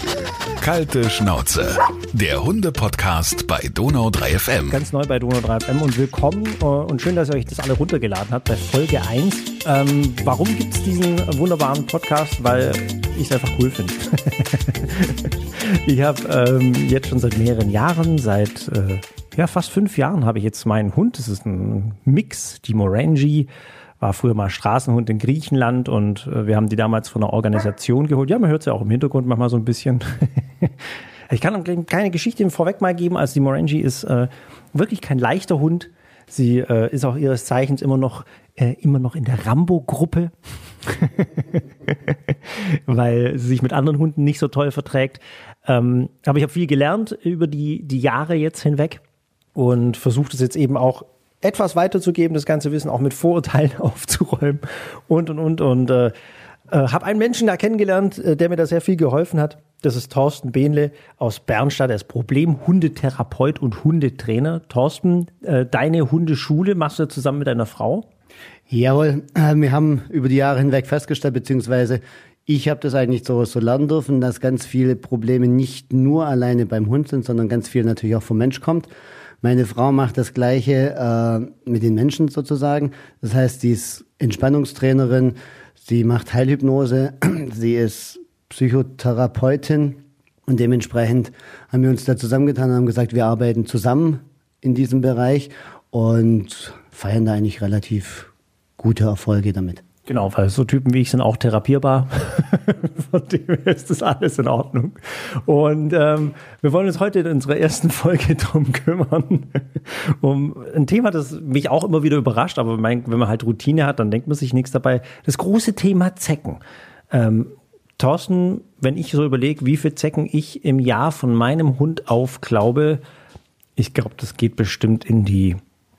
Kalte Schnauze, der Hunde-Podcast bei Donau 3 FM. Ganz neu bei Donau 3 FM und willkommen und schön, dass ihr euch das alle runtergeladen habt bei Folge 1. Warum gibt es diesen wunderbaren Podcast? Weil ich es einfach cool finde. Ich habe jetzt schon seit mehreren Jahren, seit fast 5 Jahren habe ich jetzt meinen Hund. Das ist ein Mix, die Morangi. War früher mal Straßenhund in Griechenland und wir haben die damals von einer Organisation geholt. Ja, man hört es ja auch im Hintergrund manchmal so ein bisschen. Ich kann keine Geschichte vorweg mal geben. Also die Morangi ist wirklich kein leichter Hund. Sie ist auch ihres Zeichens immer noch in der Rambo-Gruppe, weil sie sich mit anderen Hunden nicht so toll verträgt. Aber ich habe viel gelernt über die Jahre jetzt hinweg und versuche es jetzt eben auch etwas weiterzugeben, das ganze Wissen auch mit Vorurteilen aufzuräumen und habe einen Menschen da kennengelernt, der mir da sehr viel geholfen hat. Das ist Thorsten Behnle aus Bernstadt. Er ist Problem-Hundetherapeut und Hundetrainer. Thorsten, deine Hundeschule machst du zusammen mit deiner Frau? Jawohl, wir haben über die Jahre hinweg festgestellt, beziehungsweise ich habe das eigentlich so lernen dürfen, dass ganz viele Probleme nicht nur alleine beim Hund sind, sondern ganz viel natürlich auch vom Mensch kommt. Meine Frau macht das Gleiche mit den Menschen sozusagen. Das heißt, sie ist Entspannungstrainerin, sie macht Heilhypnose, sie ist Psychotherapeutin und dementsprechend haben wir uns da zusammengetan und haben gesagt, wir arbeiten zusammen in diesem Bereich und feiern da eigentlich relativ gute Erfolge damit. Genau, weil so Typen wie ich sind auch therapierbar. Von dem her ist das alles in Ordnung. Und wir wollen uns heute in unserer ersten Folge drum kümmern. Um ein Thema, das mich auch immer wieder überrascht, aber wenn man halt Routine hat, dann denkt man sich nichts dabei. Das große Thema Zecken. Thorsten, wenn ich so überlege, wie viele Zecken ich im Jahr von meinem Hund aufklaube, ich glaube, das geht bestimmt in die,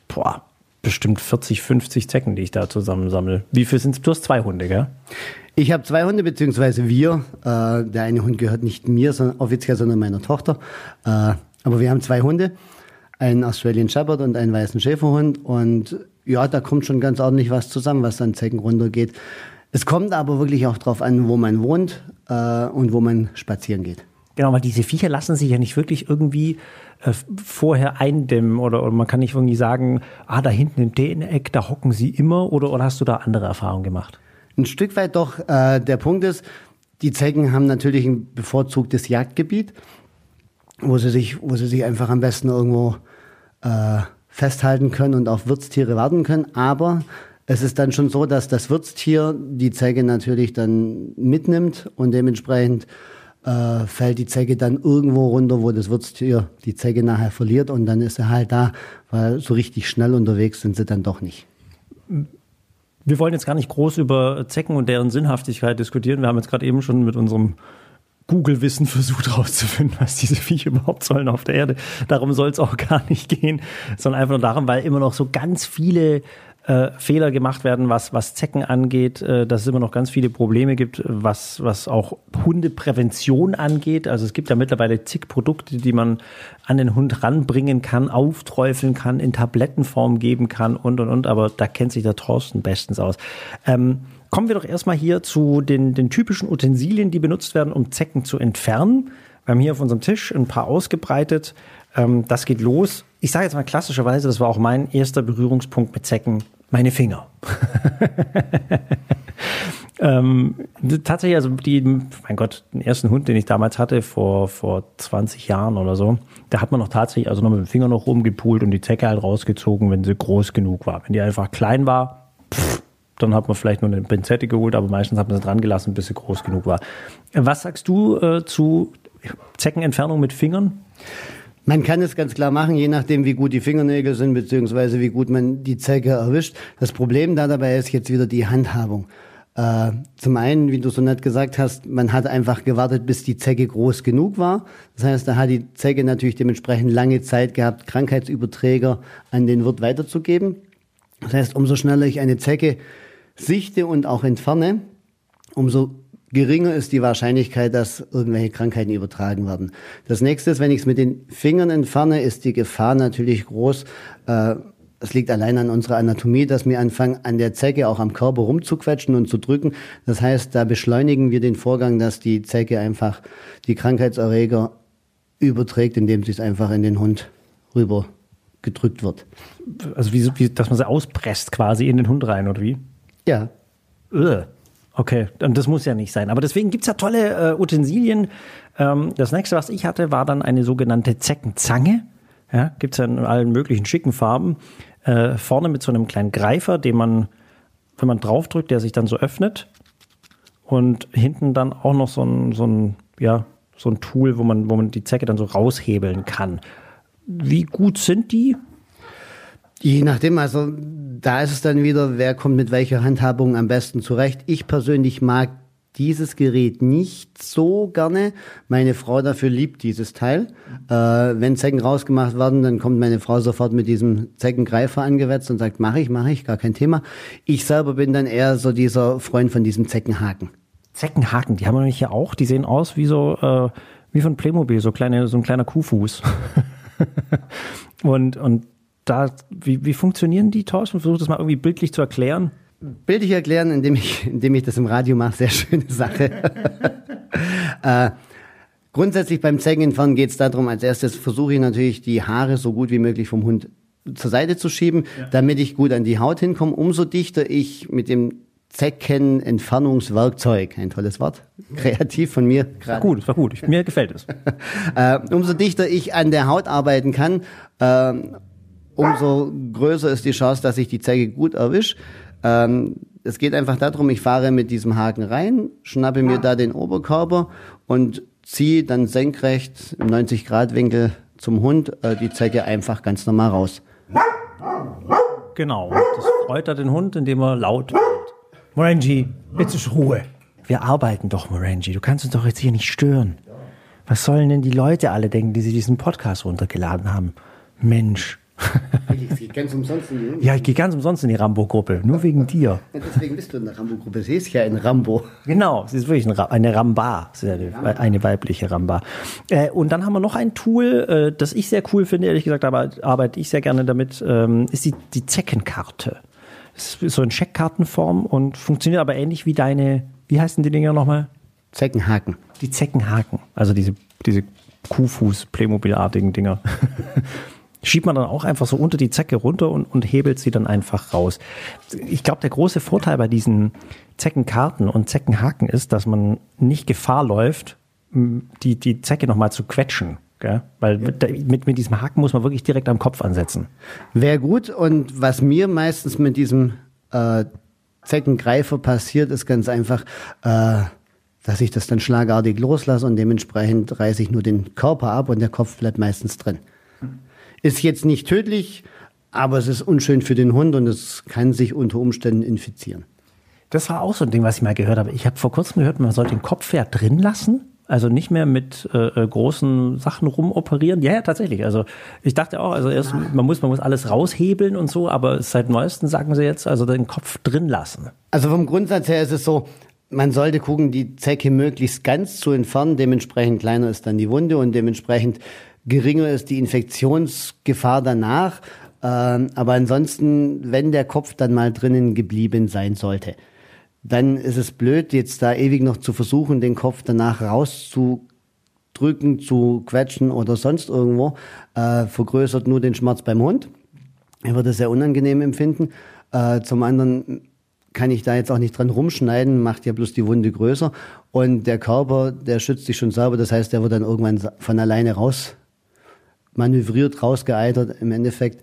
bestimmt 40, 50 Zecken, die ich da zusammensammle. Wie viel sind es? Du hast 2 Hunde, gell? Ich habe 2 Hunde, beziehungsweise wir. Der eine Hund gehört nicht mir, offiziell, sondern meiner Tochter. Aber wir haben 2 Hunde, einen Australian Shepherd und einen weißen Schäferhund. Und ja, da kommt schon ganz ordentlich was zusammen, was an Zecken runtergeht. Es kommt aber wirklich auch drauf an, wo man wohnt und wo man spazieren geht. Genau, weil diese Viecher lassen sich ja nicht wirklich irgendwie vorher eindämmen oder man kann nicht irgendwie sagen, da hinten im dem Eck, da hocken sie immer oder hast du da andere Erfahrungen gemacht? Ein Stück weit doch. Der Punkt ist, die Zecken haben natürlich ein bevorzugtes Jagdgebiet, wo sie sich einfach am besten irgendwo festhalten können und auf Wirtstiere warten können. Aber es ist dann schon so, dass das Wirtstier die Zecke natürlich dann mitnimmt und dementsprechend fällt die Zecke dann irgendwo runter, wo das Wirtstier die Zecke nachher verliert und dann ist sie halt da, weil so richtig schnell unterwegs sind sie dann doch nicht. Wir wollen jetzt gar nicht groß über Zecken und deren Sinnhaftigkeit diskutieren. Wir haben jetzt gerade eben schon mit unserem Google-Wissen versucht herauszufinden, was diese Viecher überhaupt sollen auf der Erde. Darum soll es auch gar nicht gehen, sondern einfach nur darum, weil immer noch so ganz viele Fehler gemacht werden, was Zecken angeht, dass es immer noch ganz viele Probleme gibt, was auch Hundeprävention angeht. Also es gibt ja mittlerweile zig Produkte, die man an den Hund ranbringen kann, aufträufeln kann, in Tablettenform geben kann und. Aber da kennt sich der Thorsten bestens aus. Kommen wir doch erstmal hier zu den typischen Utensilien, die benutzt werden, um Zecken zu entfernen. Wir haben hier auf unserem Tisch ein paar ausgebreitet. Das geht los. Ich sage jetzt mal klassischerweise, das war auch mein erster Berührungspunkt mit Zecken, meine Finger. Tatsächlich, also den ersten Hund, den ich damals hatte, vor 20 Jahren oder so, da hat man noch tatsächlich also noch mit dem Finger noch rumgepult und die Zecke halt rausgezogen, wenn sie groß genug war. Wenn die einfach klein war, dann hat man vielleicht nur eine Pinzette geholt, aber meistens hat man sie dran gelassen, bis sie groß genug war. Was sagst du zu Zeckenentfernung mit Fingern? Man kann es ganz klar machen, je nachdem, wie gut die Fingernägel sind, beziehungsweise wie gut man die Zecke erwischt. Das Problem da dabei ist jetzt wieder die Handhabung. Zum einen, wie du so nett gesagt hast, man hat einfach gewartet, bis die Zecke groß genug war. Das heißt, da hat die Zecke natürlich dementsprechend lange Zeit gehabt, Krankheitsüberträger an den Wirt weiterzugeben. Das heißt, umso schneller ich eine Zecke sichte und auch entferne, umso geringer ist die Wahrscheinlichkeit, dass irgendwelche Krankheiten übertragen werden. Das nächste ist, wenn ich es mit den Fingern entferne, ist die Gefahr natürlich groß, es liegt allein an unserer Anatomie, dass wir anfangen, an der Zecke auch am Körper rumzuquetschen und zu drücken. Das heißt, da beschleunigen wir den Vorgang, dass die Zecke einfach die Krankheitserreger überträgt, indem sie es einfach in den Hund rüber gedrückt wird. Also dass man sie auspresst quasi in den Hund rein, oder wie? Ja. Okay, und das muss ja nicht sein. Aber deswegen gibt's ja tolle Utensilien. Das nächste, was ich hatte, war dann eine sogenannte Zeckenzange. Ja, gibt's ja in allen möglichen schicken Farben. Vorne mit so einem kleinen Greifer, den man, wenn man draufdrückt, der sich dann so öffnet. Und hinten dann auch noch so ein Tool, wo man die Zecke dann so raushebeln kann. Wie gut sind die? Je nachdem, also da ist es dann wieder, wer kommt mit welcher Handhabung am besten zurecht. Ich persönlich mag dieses Gerät nicht so gerne. Meine Frau dafür liebt dieses Teil. Wenn Zecken rausgemacht werden, dann kommt meine Frau sofort mit diesem Zeckengreifer angewetzt und sagt, mach ich, gar kein Thema. Ich selber bin dann eher so dieser Freund von diesem Zeckenhaken. Zeckenhaken, die haben wir nämlich hier auch. Die sehen aus wie wie von Playmobil, so ein kleiner Kuhfuß. und da, wie funktionieren die, Thorsten? Versuch das mal irgendwie bildlich zu erklären. Bildlich erklären, indem ich das im Radio mache, sehr schöne Sache. Grundsätzlich beim Zeckenentfernen geht es darum, als erstes versuche ich natürlich die Haare so gut wie möglich vom Hund zur Seite zu schieben, damit ich gut an die Haut hinkomme. Umso dichter ich mit dem Zeckenentfernungswerkzeug, ein tolles Wort, kreativ von mir. Das war gut, mir gefällt es. Umso dichter ich an der Haut arbeiten kann, umso größer ist die Chance, dass ich die Zecke gut erwische. Es geht einfach darum, ich fahre mit diesem Haken rein, schnappe mir da den Oberkörper und ziehe dann senkrecht im 90-Grad-Winkel zum Hund die Zecke einfach ganz normal raus. Genau, das freut den Hund, indem er laut wird. Morangi, jetzt ist Ruhe. Wir arbeiten doch, Morangi, du kannst uns doch jetzt hier nicht stören. Was sollen denn die Leute alle denken, die sich diesen Podcast runtergeladen haben? Mensch. Ich gehe ganz umsonst in die Ja, ich gehe ganz umsonst in die Rambo-Gruppe, nur wegen dir. Ja, deswegen bist du in der Rambo-Gruppe. Sie ist ja ein Rambo. Genau, sie ist wirklich eine Ramba, eine weibliche Ramba. Und dann haben wir noch ein Tool, das ich sehr cool finde, ehrlich gesagt, aber arbeite ich sehr gerne damit, ist die Zeckenkarte. Es ist so in Scheckkartenform und funktioniert aber ähnlich wie wie heißen die Dinger nochmal? Zeckenhaken. Die Zeckenhaken, also diese Kuhfuß-Playmobil-artigen Dinger. Schiebt man dann auch einfach so unter die Zecke runter und hebelt sie dann einfach raus. Ich glaube, der große Vorteil bei diesen Zeckenkarten und Zeckenhaken ist, dass man nicht Gefahr läuft, die Zecke nochmal zu quetschen. Gell? Weil mit diesem Haken muss man wirklich direkt am Kopf ansetzen. Wäre gut. Und was mir meistens mit diesem Zeckengreifer passiert, ist ganz einfach, dass ich das dann schlagartig loslasse und dementsprechend reiße ich nur den Körper ab und der Kopf bleibt meistens drin. Ist jetzt nicht tödlich, aber es ist unschön für den Hund und es kann sich unter Umständen infizieren. Das war auch so ein Ding, was ich mal gehört habe. Ich habe vor kurzem gehört, man soll den Kopf ja drin lassen, also nicht mehr mit großen Sachen rumoperieren. Ja, tatsächlich. Also ich dachte auch, also erst man muss alles raushebeln und so, aber seit neuestem sagen sie jetzt, also den Kopf drin lassen. Also vom Grundsatz her ist es so, man sollte gucken, die Zecke möglichst ganz zu entfernen. Dementsprechend kleiner ist dann die Wunde und dementsprechend geringer ist die Infektionsgefahr danach. Aber ansonsten, wenn der Kopf dann mal drinnen geblieben sein sollte, dann ist es blöd, jetzt da ewig noch zu versuchen, den Kopf danach rauszudrücken, zu quetschen oder sonst irgendwo. Vergrößert nur den Schmerz beim Hund. Er wird es sehr unangenehm empfinden. Zum anderen kann ich da jetzt auch nicht dran rumschneiden, macht ja bloß die Wunde größer. Und der Körper, der schützt sich schon selber. Das heißt, der wird dann irgendwann von alleine rausmanövriert, rausgeeitert im Endeffekt.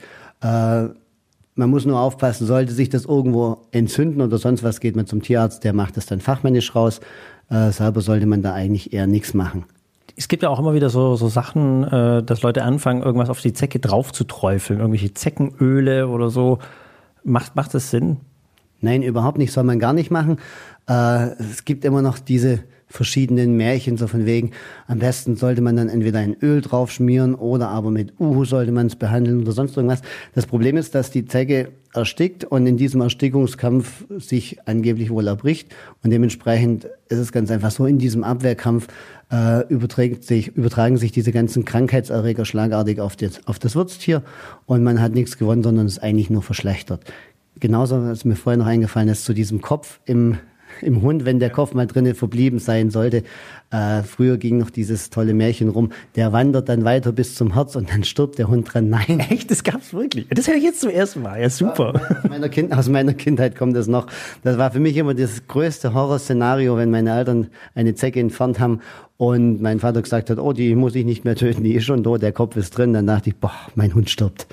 Man muss nur aufpassen, sollte sich das irgendwo entzünden oder sonst was, geht man zum Tierarzt, der macht das dann fachmännisch raus. Selber sollte man da eigentlich eher nichts machen. Es gibt ja auch immer wieder so Sachen, dass Leute anfangen, irgendwas auf die Zecke drauf zu träufeln, irgendwelche Zeckenöle oder so. Macht das Sinn? Nein, überhaupt nicht, soll man gar nicht machen. Es gibt immer noch diese verschiedenen Märchen, so von wegen, am besten sollte man dann entweder ein Öl drauf schmieren oder aber mit Uhu sollte man es behandeln oder sonst irgendwas. Das Problem ist, dass die Zecke erstickt und in diesem Erstickungskampf sich angeblich wohl erbricht und dementsprechend ist es ganz einfach so, in diesem Abwehrkampf übertragen sich diese ganzen Krankheitserreger schlagartig auf das Wirtstier und man hat nichts gewonnen, sondern es eigentlich nur verschlechtert. Genauso, was mir vorher noch eingefallen ist, zu diesem Kopf im Hund, wenn der Kopf mal drinnen verblieben sein sollte. Früher ging noch dieses tolle Märchen rum, der wandert dann weiter bis zum Herz und dann stirbt der Hund dran. Nein. Echt? Das gab's wirklich? Das höre ich jetzt zum ersten Mal. Ja, super. Aus meiner Kindheit kommt das noch. Das war für mich immer das größte Horrorszenario, wenn meine Eltern eine Zecke entfernt haben und mein Vater gesagt hat, oh, die muss ich nicht mehr töten, die ist schon tot, der Kopf ist drin. Dann dachte ich, boah, mein Hund stirbt.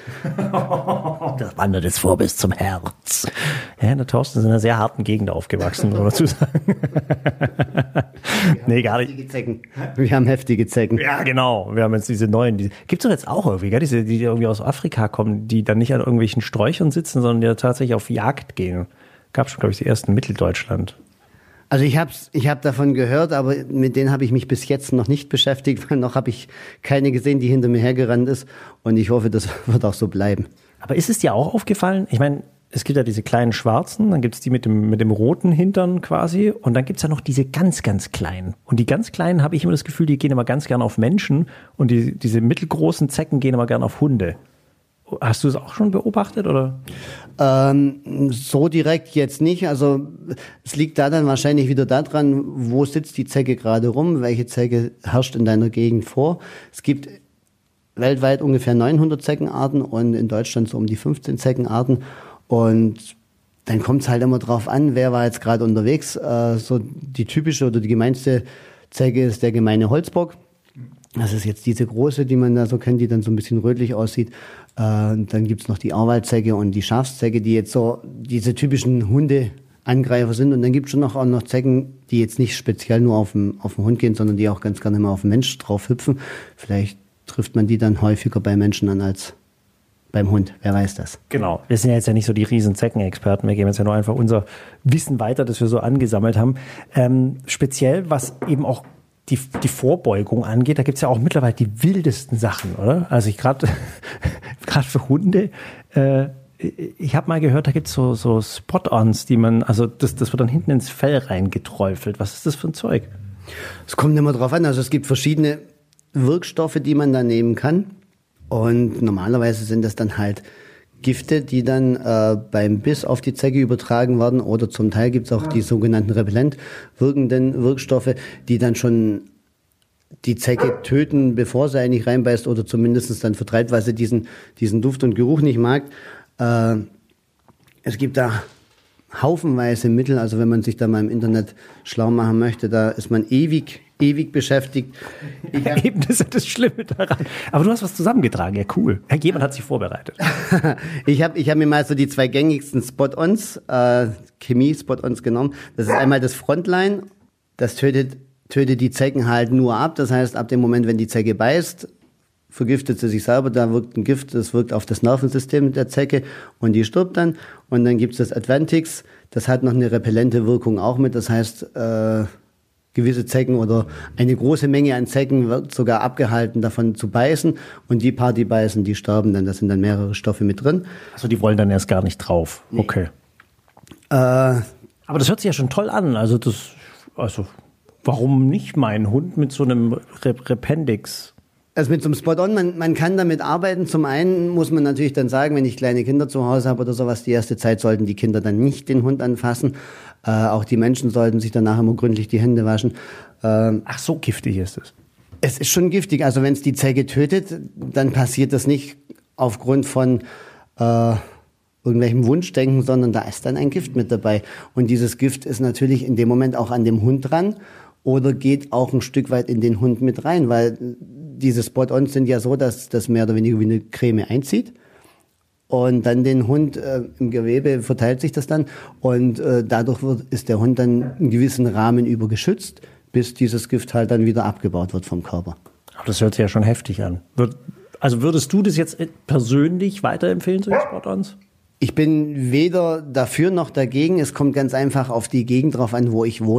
Das wandert jetzt vor bis zum Herz. Ja, der Thorsten ist in einer sehr harten Gegend aufgewachsen, muss man dazu sagen. Nee, gar nicht. Wir haben heftige Zecken. Ja, genau. Wir haben jetzt diese neuen. Gibt's doch jetzt auch irgendwie, gell? Diese, die irgendwie aus Afrika kommen, die dann nicht an irgendwelchen Sträuchern sitzen, sondern die tatsächlich auf Jagd gehen. Gab schon, glaube ich, die ersten in Mitteldeutschland. Also ich hab davon gehört, aber mit denen habe ich mich bis jetzt noch nicht beschäftigt, weil noch habe ich keine gesehen, die hinter mir hergerannt ist. Und ich hoffe, das wird auch so bleiben. Aber ist es dir auch aufgefallen? Ich meine, es gibt ja diese kleinen schwarzen, dann gibt es die mit dem roten Hintern quasi und dann gibt es ja noch diese ganz, ganz kleinen. Und die ganz kleinen habe ich immer das Gefühl, die gehen immer ganz gern auf Menschen und diese mittelgroßen Zecken gehen immer gern auf Hunde. Hast du es auch schon beobachtet, oder? So direkt jetzt nicht. Also es liegt da dann wahrscheinlich wieder daran, wo sitzt die Zecke gerade rum, welche Zecke herrscht in deiner Gegend vor. Es gibt weltweit ungefähr 900 Zeckenarten und in Deutschland so um die 15 Zeckenarten. Und dann kommt es halt immer drauf an, wer war jetzt gerade unterwegs. So die typische oder die gemeinste Zecke ist der gemeine Holzbock. Das ist jetzt diese große, die man da so kennt, die dann so ein bisschen rötlich aussieht. Dann gibt's noch die Auwaldzecke und die Schafszecke, die jetzt so diese typischen Hundeangreifer sind. Und dann gibt's schon auch noch Zecken, die jetzt nicht speziell nur auf den Hund gehen, sondern die auch ganz gerne mal auf den Mensch drauf hüpfen. Vielleicht trifft man die dann häufiger bei Menschen an als beim Hund, wer weiß das. Genau. Wir sind ja jetzt ja nicht so die riesen Zeckenexperten. Wir geben jetzt ja nur einfach unser Wissen weiter, das wir so angesammelt haben. Speziell, was eben auch die Vorbeugung angeht, da gibt's ja auch mittlerweile die wildesten Sachen, oder? Also ich gerade für Hunde, ich habe mal gehört, da gibt's so Spot-ons, die man, also das wird dann hinten ins Fell reingeträufelt. Was ist das für ein Zeug? Es kommt immer drauf an. Also es gibt verschiedene Wirkstoffe, die man da nehmen kann. Und normalerweise sind das dann halt Gifte, die dann beim Biss auf die Zecke übertragen werden. Oder zum Teil gibt es auch die sogenannten repellent wirkenden Wirkstoffe, die dann schon die Zecke töten, bevor sie eigentlich reinbeißt oder zumindest dann vertreibt, weil sie diesen Duft und Geruch nicht mag. Es gibt da haufenweise Mittel, also wenn man sich da mal im Internet schlau machen möchte, da ist man ewig beschäftigt. Eben, das ist das Schlimme daran. Aber du hast was zusammengetragen, ja cool. Jemand hat sich vorbereitet. Ich hab mir mal so die 2 gängigsten Spot-ons, Chemie-Spot-ons genommen. Das ist einmal das Frontline, das tötet die Zecken halt nur ab. Das heißt, ab dem Moment, wenn die Zecke beißt, vergiftet sie sich selber, da wirkt ein Gift, das wirkt auf das Nervensystem der Zecke und die stirbt dann. Und dann gibt's das Advantix, das hat noch eine repellente Wirkung auch mit, das heißt, gewisse Zecken oder eine große Menge an Zecken wird sogar abgehalten, davon zu beißen. Und die paar, die beißen, die sterben dann. Da sind dann mehrere Stoffe mit drin. Also die wollen dann erst gar nicht drauf. Nee. Okay. Aber das hört sich ja schon toll an. Also warum nicht mein Hund mit so einem Rependix? Also mit so einem Spot-on, man kann damit arbeiten. Zum einen muss man natürlich dann sagen, wenn ich kleine Kinder zu Hause habe oder sowas, die erste Zeit sollten die Kinder dann nicht den Hund anfassen. Auch die Menschen sollten sich danach immer gründlich die Hände waschen. Ach, so giftig ist es. Es ist schon giftig. Also wenn es die Zecke tötet, dann passiert das nicht aufgrund von irgendwelchem Wunschdenken, sondern da ist dann ein Gift mit dabei. Und dieses Gift ist natürlich in dem Moment auch an dem Hund dran oder geht auch ein Stück weit in den Hund mit rein, weil diese Spot-ons sind ja so, dass das mehr oder weniger wie eine Creme einzieht. Und dann den Hund im Gewebe verteilt sich das dann und dadurch ist der Hund dann einen gewissen Rahmen über geschützt, bis dieses Gift halt dann wieder abgebaut wird vom Körper. Aber das hört sich ja schon heftig an. Also würdest du das jetzt persönlich weiterempfehlen, solche Spot-ons? Ich bin weder dafür noch dagegen. Es kommt ganz einfach auf die Gegend drauf an, wo ich wohne.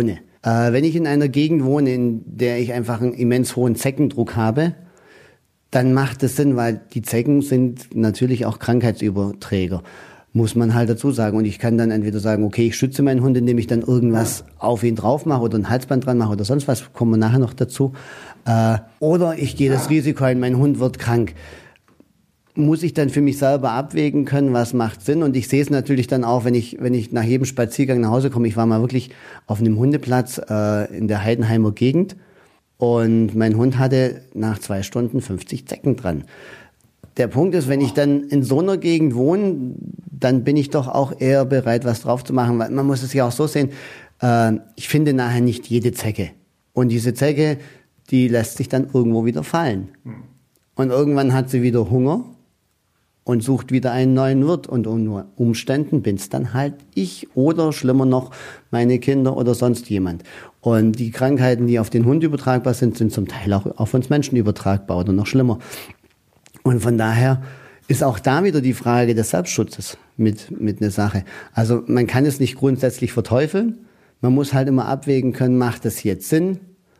Wenn ich in einer Gegend wohne, in der ich einfach einen immens hohen Zeckendruck habe, dann macht es Sinn, weil die Zecken sind natürlich auch Krankheitsüberträger, muss man halt dazu sagen. Und ich kann dann entweder sagen, okay, ich schütze meinen Hund, indem ich dann irgendwas auf ihn drauf mache oder ein Halsband dran mache oder sonst was, kommen wir nachher noch dazu. Oder ich gehe das Risiko ein, mein Hund wird krank. Muss ich dann für mich selber abwägen können, was macht Sinn. Und ich sehe es natürlich dann auch, wenn ich nach jedem Spaziergang nach Hause komme. Ich war mal wirklich auf einem Hundeplatz in der Heidenheimer Gegend. Und mein Hund hatte nach 2 Stunden 50 Zecken dran. Der Punkt ist, wenn ich dann in so einer Gegend wohne, dann bin ich doch auch eher bereit, was drauf zu machen. Weil man muss es ja auch so sehen, ich finde nachher nicht jede Zecke. Und diese Zecke, die lässt sich dann irgendwo wieder fallen. Und irgendwann hat sie wieder Hunger und sucht wieder einen neuen Wirt. Und unter Umständen bin es dann halt ich oder schlimmer noch meine Kinder oder sonst jemand. Und die Krankheiten, die auf den Hund übertragbar sind, sind zum Teil auch auf uns Menschen übertragbar oder noch schlimmer. Und von daher ist auch da wieder die Frage des Selbstschutzes mit einer Sache. Also man kann es nicht grundsätzlich verteufeln. Man muss halt immer abwägen können, macht es jetzt Sinn,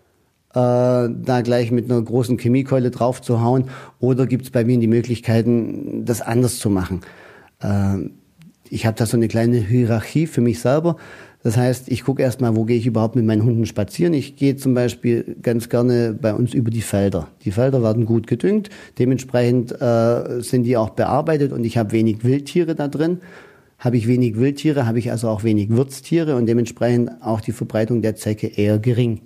da gleich mit einer großen Chemiekeule drauf zu hauen, oder gibt es bei mir die Möglichkeiten, das anders zu machen. Ich habe da so eine kleine Hierarchie für mich selber. Das heißt, ich gucke erstmal, wo gehe ich überhaupt mit meinen Hunden spazieren. Ich gehe zum Beispiel ganz gerne bei uns über die Felder. Die Felder werden gut gedüngt, dementsprechend sind die auch bearbeitet und ich habe wenig Wildtiere da drin. Habe ich wenig Wildtiere, habe ich also auch wenig Wirtstiere und dementsprechend auch die Verbreitung der Zecke eher gering.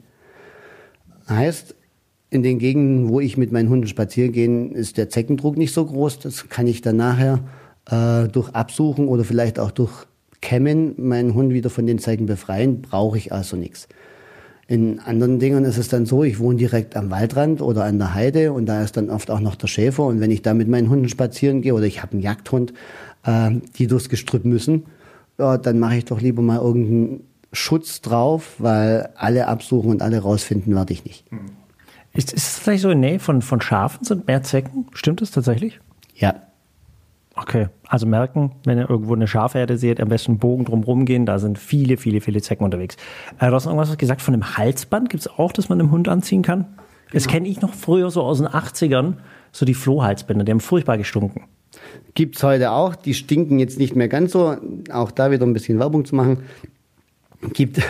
Heißt, in den Gegenden, wo ich mit meinen Hunden spazieren gehe, ist der Zeckendruck nicht so groß. Das kann ich dann nachher durch Absuchen oder vielleicht auch durch Kämmen meinen Hund wieder von den Zecken befreien. Brauche ich also nichts. In anderen Dingen ist es dann so, ich wohne direkt am Waldrand oder an der Heide und da ist dann oft auch noch der Schäfer. Und wenn ich da mit meinen Hunden spazieren gehe oder ich habe einen Jagdhund, die durchs Gestrüpp müssen, ja, dann mache ich doch lieber mal irgendeinen Schutz drauf, weil alle absuchen und alle rausfinden werde ich nicht. Ist es tatsächlich so in der Nähe von Schafen sind mehr Zecken? Stimmt das tatsächlich? Ja. Okay, also merken, wenn ihr irgendwo eine Schafherde seht, am besten einen Bogen drumherum gehen, da sind viele, viele, viele Zecken unterwegs. Du hast irgendwas gesagt von einem Halsband, gibt es auch, das man dem Hund anziehen kann? Genau. Das kenne ich noch früher so aus den 80ern, so die Flohhalsbänder, die haben furchtbar gestunken. Gibt's heute auch, die stinken jetzt nicht mehr ganz so, auch da wieder ein bisschen Werbung zu machen. Gibt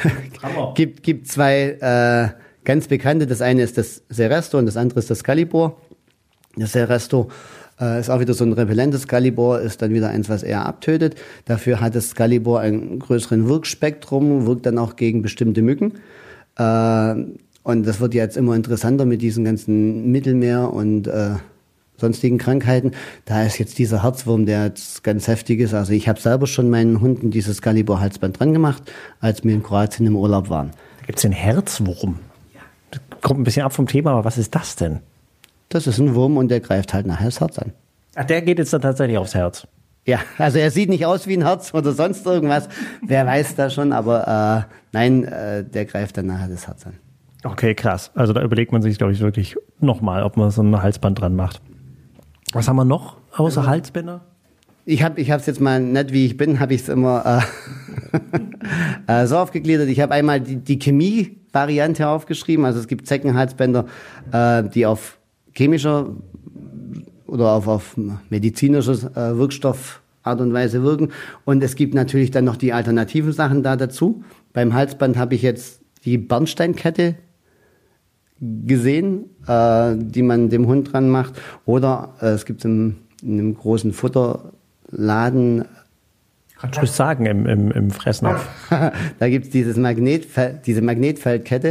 2 ganz bekannte, das eine ist das Seresto und das andere ist das Scalibor. Das Seresto ist auch wieder so ein repellentes, Scalibor ist dann wieder eins, was eher abtötet. Dafür hat das Scalibor einen größeren Wirkspektrum, wirkt dann auch gegen bestimmte Mücken. Und das wird ja jetzt immer interessanter mit diesen ganzen Mittelmeer- und sonstigen Krankheiten. Da ist jetzt dieser Herzwurm, der jetzt ganz heftig ist. Also ich habe selber schon meinen Hunden dieses Scalibor-Halsband dran gemacht, als wir in Kroatien im Urlaub waren. Da gibt es den Herzwurm. Das kommt ein bisschen ab vom Thema, aber was ist das denn? Das ist ein Wurm und der greift halt nachher das Herz an. Ach, der geht jetzt dann tatsächlich aufs Herz? Ja, also er sieht nicht aus wie ein Herz oder sonst irgendwas. Wer weiß da schon, aber nein, der greift dann nachher das Herz an. Okay, krass. Also da überlegt man sich, glaube ich, wirklich nochmal, ob man so ein Halsband dran macht. Was haben wir noch außer Halsbänder? Ich hab's jetzt mal nicht wie ich bin, habe ich es immer so aufgegliedert. Ich habe einmal die Chemie-Variante aufgeschrieben. Also es gibt Zeckenhalsbänder, die auf chemischer oder auf medizinisches Wirkstoffart und Weise wirken. Und es gibt natürlich dann noch die alternativen Sachen da dazu. Beim Halsband habe ich jetzt die Bernsteinkette gesehen, die man dem Hund dran macht. Oder es gibt in einem großen Futterladen. Kannst du sagen, im Fressnapf. Da gibt es diese Magnetfeldkette.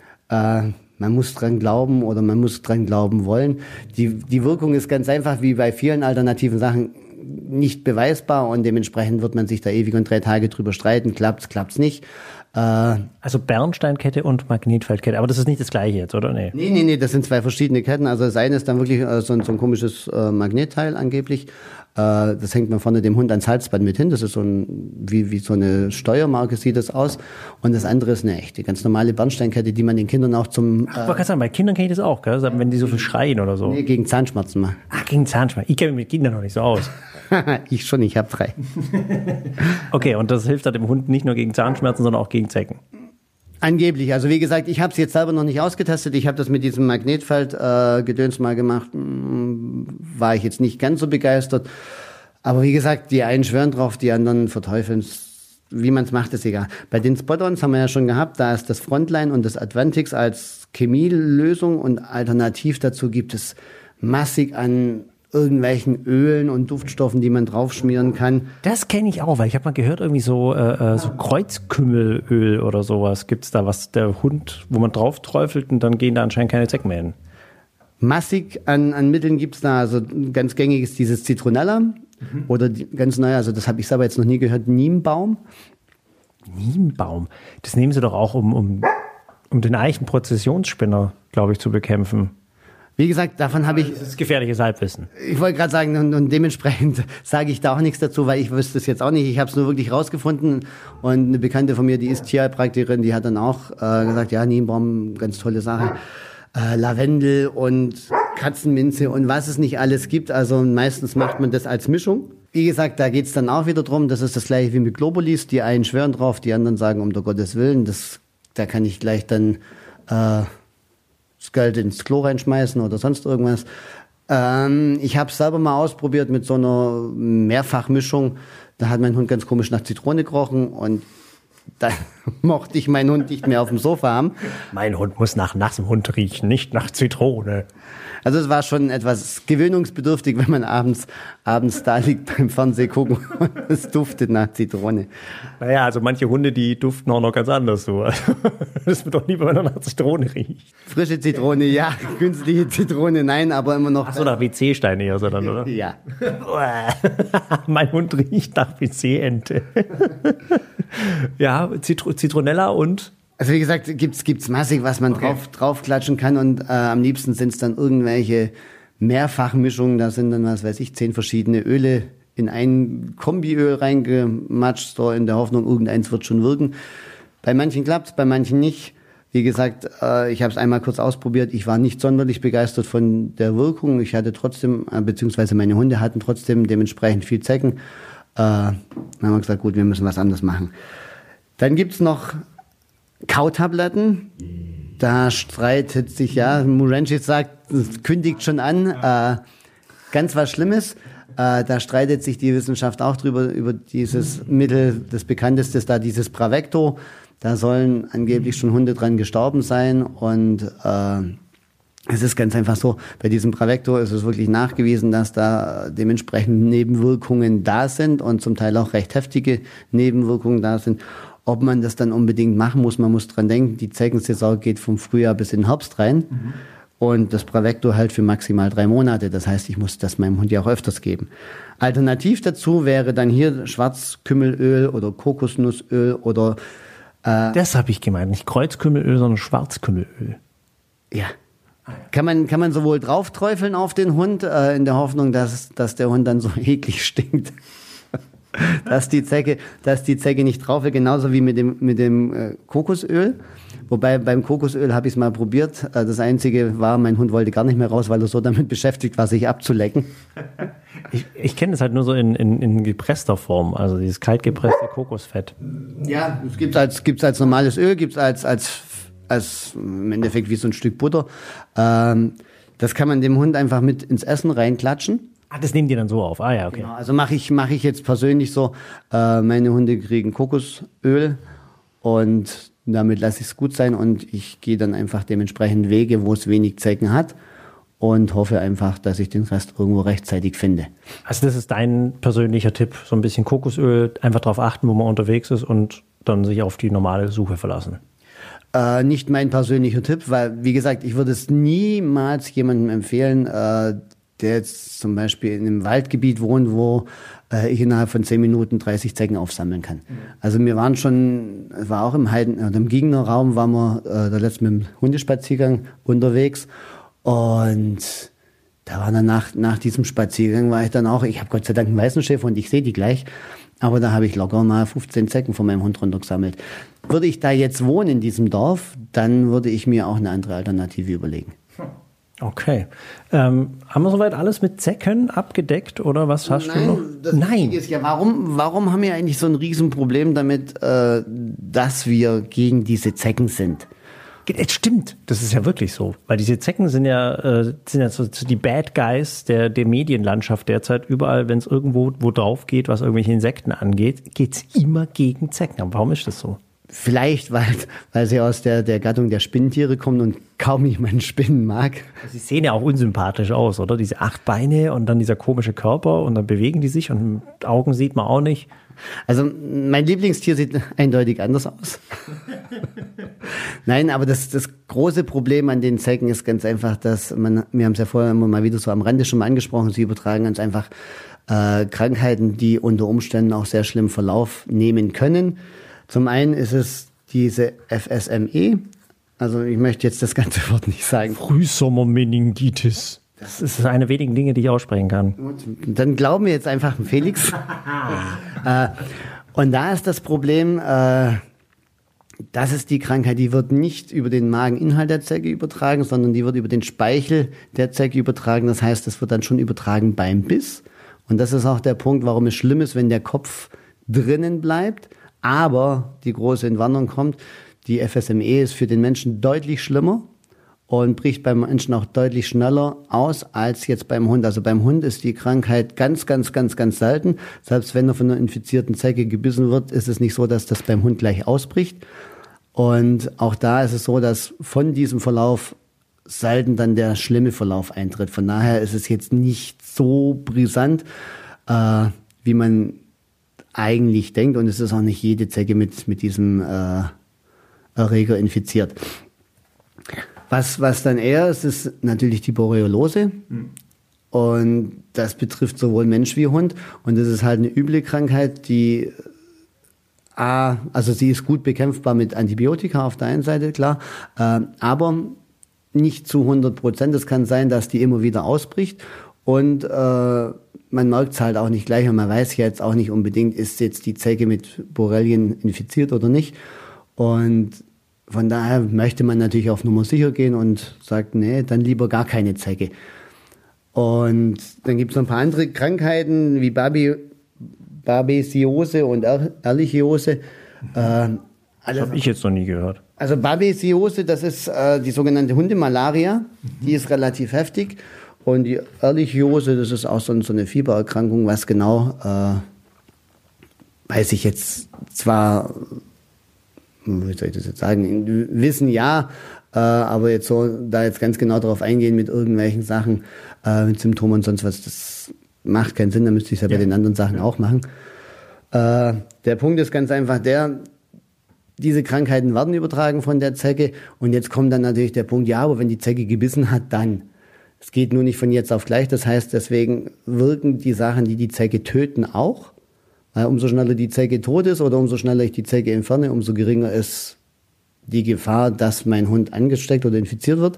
Man muss dran glauben oder man muss dran glauben wollen. Die Wirkung ist ganz einfach, wie bei vielen alternativen Sachen, nicht beweisbar und dementsprechend wird man sich da ewig und 3 Tage drüber streiten. Klappt's nicht. Also Bernsteinkette und Magnetfeldkette, aber das ist nicht das gleiche jetzt, oder? Nee, das sind 2 verschiedene Ketten. Also das eine ist dann wirklich so ein komisches Magnetteil angeblich. Das hängt man vorne dem Hund ans Halsband mit hin. Das ist so wie so eine Steuermarke sieht das aus. Und das andere ist eine echte, ganz normale Bernsteinkette, die man den Kindern auch zum... Ich wollte gerade sagen, bei Kindern kenne ich das auch, gell? Wenn die so viel schreien oder so. Nee, gegen Zahnschmerzen mal. Ach, gegen Zahnschmerzen. Ich kenne mich mit Kindern noch nicht so aus. Ich schon, ich habe 3. Okay, und das hilft halt dem Hund nicht nur gegen Zahnschmerzen, sondern auch gegen Zecken. Angeblich. Also wie gesagt, ich habe es jetzt selber noch nicht ausgetestet. Ich habe das mit diesem Magnetfeld-Gedöns mal gemacht. War ich jetzt nicht ganz so begeistert. Aber wie gesagt, die einen schwören drauf, die anderen verteufeln es. Wie man es macht, ist egal. Bei den Spot-Ons haben wir ja schon gehabt, da ist das Frontline und das Advantix als Chemielösung und alternativ dazu gibt es massig an irgendwelchen Ölen und Duftstoffen, die man draufschmieren kann. Das kenne ich auch, weil ich habe mal gehört, irgendwie so Kreuzkümmelöl oder sowas. Gibt's da was, der Hund, wo man drauf träufelt und dann gehen da anscheinend keine Zecken mehr hin? Massig an Mitteln gibt's da. Also ganz gängig ist dieses Zitronella oder ganz neu, also das habe ich selber jetzt noch nie gehört, Niembaum. Niembaum? Das nehmen sie doch auch, um den Eichenprozessionsspinner, glaube ich, zu bekämpfen. Wie gesagt, davon habe ich... Das ist gefährliches Halbwissen. Ich wollte gerade sagen, und dementsprechend sage ich da auch nichts dazu, weil ich wüsste es jetzt auch nicht. Ich habe es nur wirklich rausgefunden und eine Bekannte von mir, die ist Tierheilpraktikerin, die hat dann auch gesagt, ja, Niembaum, ganz tolle Sache. Lavendel und Katzenminze und was es nicht alles gibt. Also meistens macht man das als Mischung. Wie gesagt, da geht's dann auch wieder drum. Das ist das gleiche wie mit Globulis. Die einen schwören drauf, die anderen sagen, um der Gottes Willen. Da kann ich gleich dann das Geld ins Klo reinschmeißen oder sonst irgendwas. Ich habe es selber mal ausprobiert mit so einer Mehrfachmischung. Da hat mein Hund ganz komisch nach Zitrone gerochen und dann mochte ich meinen Hund nicht mehr auf dem Sofa haben. Mein Hund muss nach nassem Hund riechen, nicht nach Zitrone. Also es war schon etwas gewöhnungsbedürftig, wenn man abends da liegt beim Fernseh gucken und es duftet nach Zitrone. Naja, also manche Hunde, die duften auch noch ganz anders so. Das wird doch lieber, wenn er nach Zitrone riecht. Frische Zitrone, ja. Künstliche Zitrone, nein, aber immer noch... Ach so, nach WC-Stein eher so dann, oder? Ja. Mein Hund riecht nach WC-Ente. Ja, Zitronella und... Also wie gesagt, gibt's massig, was man draufklatschen kann und am liebsten sind es dann irgendwelche Mehrfachmischungen. Da sind dann, 10 verschiedene Öle in ein Kombiöl reingematscht, so in der Hoffnung, irgendeins wird schon wirken. Bei manchen klappt's, bei manchen nicht. Wie gesagt, ich habe es einmal kurz ausprobiert. Ich war nicht sonderlich begeistert von der Wirkung. Ich hatte trotzdem, beziehungsweise meine Hunde hatten trotzdem dementsprechend viel Zecken. Dann haben wir gesagt, gut, wir müssen was anderes machen. Dann gibt's noch Kautabletten, da streitet sich, Muranci sagt, es kündigt schon an, ganz was Schlimmes. Da streitet sich die Wissenschaft auch drüber, über dieses Mittel, das bekannteste ist da dieses Bravecto. Da sollen angeblich schon Hunde dran gestorben sein und es ist ganz einfach so, bei diesem Bravecto ist es wirklich nachgewiesen, dass da dementsprechend Nebenwirkungen da sind und zum Teil auch recht heftige Nebenwirkungen da sind. Ob man das dann unbedingt machen muss, man muss dran denken, die Zeckensaison geht vom Frühjahr bis in den Herbst rein und das Bravecto halt für maximal 3 Monate. Das heißt, ich muss das meinem Hund ja auch öfters geben. Alternativ dazu wäre dann hier Schwarzkümmelöl oder Kokosnussöl oder... das habe ich gemeint, nicht Kreuzkümmelöl, sondern Schwarzkümmelöl. Ja. Kann man sowohl drauf träufeln auf den Hund, in der Hoffnung, dass der Hund dann so eklig stinkt. Dass die Zecke nicht drauf will, genauso wie mit dem Kokosöl. Wobei beim Kokosöl habe ich es mal probiert. Das Einzige war, mein Hund wollte gar nicht mehr raus, weil er so damit beschäftigt war, sich abzulecken. Ich kenne das halt nur so in gepresster Form, also dieses kaltgepresste Kokosfett. Ja, es gibt's als normales Öl, gibt's als im Endeffekt wie so ein Stück Butter. Das kann man dem Hund einfach mit ins Essen reinklatschen. Ah, das nehmen die dann so auf. Ah ja, okay. Genau, also mache ich jetzt persönlich so, meine Hunde kriegen Kokosöl und damit lasse ich es gut sein und ich gehe dann einfach dementsprechend Wege, wo es wenig Zecken hat und hoffe einfach, dass ich den Rest irgendwo rechtzeitig finde. Also das ist dein persönlicher Tipp, so ein bisschen Kokosöl, einfach darauf achten, wo man unterwegs ist und dann sich auf die normale Suche verlassen. Nicht mein persönlicher Tipp, weil, wie gesagt, ich würde es niemals jemandem empfehlen, der jetzt zum Beispiel in einem Waldgebiet wohnt, wo ich innerhalb von 10 Minuten 30 Zecken aufsammeln kann. Also wir waren schon, war auch im Giegener Raum, waren wir der letzte mit dem Hundespaziergang unterwegs und da war dann nach diesem Spaziergang war ich dann auch, ich habe Gott sei Dank einen weißen Schäfer und ich sehe die gleich, aber da habe ich locker mal 15 Zecken von meinem Hund runtergesammelt. Würde ich da jetzt wohnen in diesem Dorf, dann würde ich mir auch eine andere Alternative überlegen. Okay. Haben wir soweit alles mit Zecken abgedeckt oder was hast du noch? Das Wichtige ist ja, warum haben wir eigentlich so ein Riesenproblem damit, dass wir gegen diese Zecken sind? Es stimmt, das ist ja wirklich so. Weil diese Zecken sind ja so die Bad Guys der Medienlandschaft derzeit. Überall, wenn es irgendwo drauf geht, was irgendwelche Insekten angeht, geht's immer gegen Zecken. Aber warum ist das so? Vielleicht, weil sie aus der Gattung der Spinnentiere kommen und kaum jemand Spinnen mag. Sie sehen ja auch unsympathisch aus, oder? Diese 8 Beine und dann dieser komische Körper und dann bewegen die sich und Augen sieht man auch nicht. Also mein Lieblingstier sieht eindeutig anders aus. Nein, aber das große Problem an den Zecken ist ganz einfach, dass wir haben es ja vorher immer mal wieder so am Rande schon mal angesprochen, sie übertragen ganz einfach Krankheiten, die unter Umständen auch sehr schlimm Verlauf nehmen können. Zum einen ist es diese FSME, also ich möchte jetzt das ganze Wort nicht sagen. Frühsommermeningitis. Das ist eine der wenigen Dinge, die ich aussprechen kann. Dann glauben wir jetzt einfach an Felix. Und da ist das Problem, das ist die Krankheit, die wird nicht über den Mageninhalt der Zecke übertragen, sondern die wird über den Speichel der Zecke übertragen. Das heißt, es wird dann schon übertragen beim Biss. Und das ist auch der Punkt, warum es schlimm ist, wenn der Kopf drinnen bleibt. Aber die große Entwarnung kommt, die FSME ist für den Menschen deutlich schlimmer und bricht beim Menschen auch deutlich schneller aus als jetzt beim Hund. Also beim Hund ist die Krankheit ganz, ganz, ganz, ganz selten. Selbst wenn er von einer infizierten Zecke gebissen wird, ist es nicht so, dass das beim Hund gleich ausbricht. Und auch da ist es so, dass von diesem Verlauf selten dann der schlimme Verlauf eintritt. Von daher ist es jetzt nicht so brisant, wie man eigentlich denkt, und es ist auch nicht jede Zecke mit diesem Erreger infiziert. Was dann eher ist natürlich die Borreliose. Und das betrifft sowohl Mensch wie Hund. Und das ist halt eine üble Krankheit, die also sie ist gut bekämpfbar mit Antibiotika auf der einen Seite, klar, aber nicht zu 100%. Es kann sein, dass die immer wieder ausbricht. Und man merkt es halt auch nicht gleich und man weiß ja jetzt auch nicht unbedingt, ist jetzt die Zecke mit Borrelien infiziert oder nicht. Und von daher möchte man natürlich auf Nummer sicher gehen und sagt, nee, dann lieber gar keine Zecke. Und dann gibt es noch ein paar andere Krankheiten wie Babesiose und Ehrlichiose. Das habe ich jetzt noch nie gehört. Also Babesiose, das ist die sogenannte Hundemalaria, die ist relativ heftig. Und die Ehrlichiose, das ist auch so eine Fiebererkrankung, was genau, weiß ich jetzt zwar, wie soll ich das jetzt sagen, wissen ja, aber jetzt so, da jetzt ganz genau drauf eingehen mit irgendwelchen Sachen, mit Symptomen und sonst was, das macht keinen Sinn, da müsste ich es ja bei den anderen Sachen auch machen. Der Punkt ist ganz einfach diese Krankheiten werden übertragen von der Zecke und jetzt kommt dann natürlich der Punkt, ja, aber wenn die Zecke gebissen hat, dann. Es geht nur nicht von jetzt auf gleich, das heißt, deswegen wirken die Sachen, die Zecke töten, auch. Weil umso schneller die Zecke tot ist oder umso schneller ich die Zecke entferne, umso geringer ist die Gefahr, dass mein Hund angesteckt oder infiziert wird.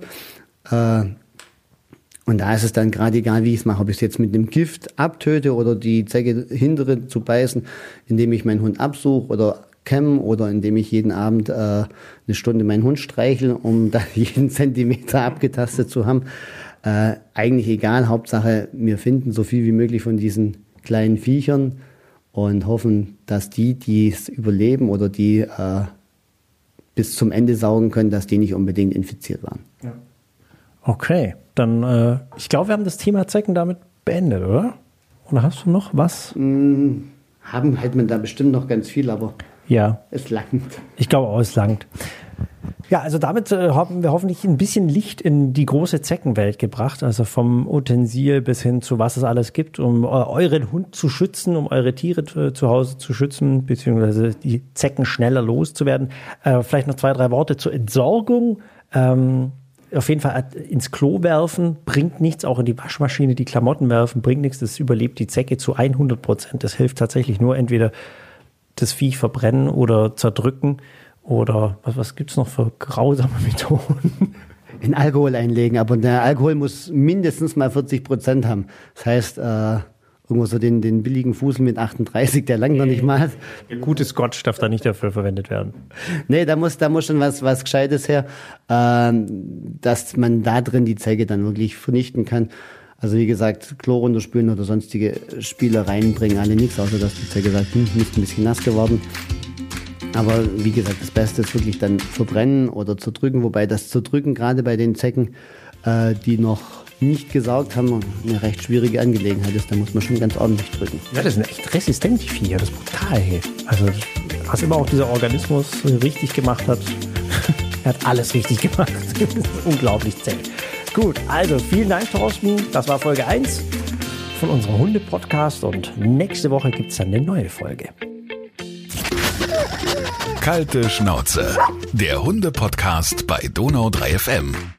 Und da ist es dann gerade egal, wie ich es mache, ob ich es jetzt mit einem Gift abtöte oder die Zecke hindere zu beißen, indem ich meinen Hund absuche oder kämme oder indem ich jeden Abend eine Stunde meinen Hund streichle, um da jeden Zentimeter abgetastet zu haben. Eigentlich egal, Hauptsache wir finden so viel wie möglich von diesen kleinen Viechern und hoffen, dass die es überleben oder die bis zum Ende saugen können, dass die nicht unbedingt infiziert waren. Ja. Okay, dann ich glaube, wir haben das Thema Zecken damit beendet, oder? Oder hast du noch was? Hat man da bestimmt noch ganz viel, aber ja, es langt. Ich glaube auch, es langt. Ja, also damit haben wir hoffentlich ein bisschen Licht in die große Zeckenwelt gebracht, also vom Utensil bis hin zu was es alles gibt, um euren Hund zu schützen, um eure Tiere zu Hause zu schützen, beziehungsweise die Zecken schneller loszuwerden. Vielleicht noch 2, 3 Worte zur Entsorgung. Auf jeden Fall ins Klo werfen bringt nichts, auch in die Waschmaschine die Klamotten werfen bringt nichts, das überlebt die Zecke zu 100%. Das hilft tatsächlich nur entweder das Viech verbrennen oder zerdrücken. Oder was gibt's noch für grausame Methoden? In Alkohol einlegen, aber der Alkohol muss mindestens mal 40% haben. Das heißt, irgendwo so den billigen Fusel mit 38, der langt noch nicht mal. Gutes Scotch darf da nicht dafür verwendet werden. Nee, da muss schon was Gescheites her, dass man da drin die Zecke dann wirklich vernichten kann. Also wie gesagt, Chlor runterspülen oder sonstige Spielereien bringen alle nichts, außer dass die Zecke sagt, ist ein bisschen nass geworden. Aber wie gesagt, das Beste ist wirklich dann verbrennen oder zerdrücken, wobei das Zerdrücken gerade bei den Zecken, die noch nicht gesaugt haben, eine recht schwierige Angelegenheit ist. Da muss man schon ganz ordentlich drücken. Ja, das sind echt resistent, die Viecher. Das ist brutal. Hey. Also, was immer auch dieser Organismus richtig gemacht hat, er hat alles richtig gemacht. Das ist unglaublich zäh. Gut, also vielen Dank, Thorsten. Das war Folge 1 von unserem Hunde-Podcast und nächste Woche gibt es dann eine neue Folge. Kalte Schnauze, der Hunde-Podcast bei Donau 3 FM.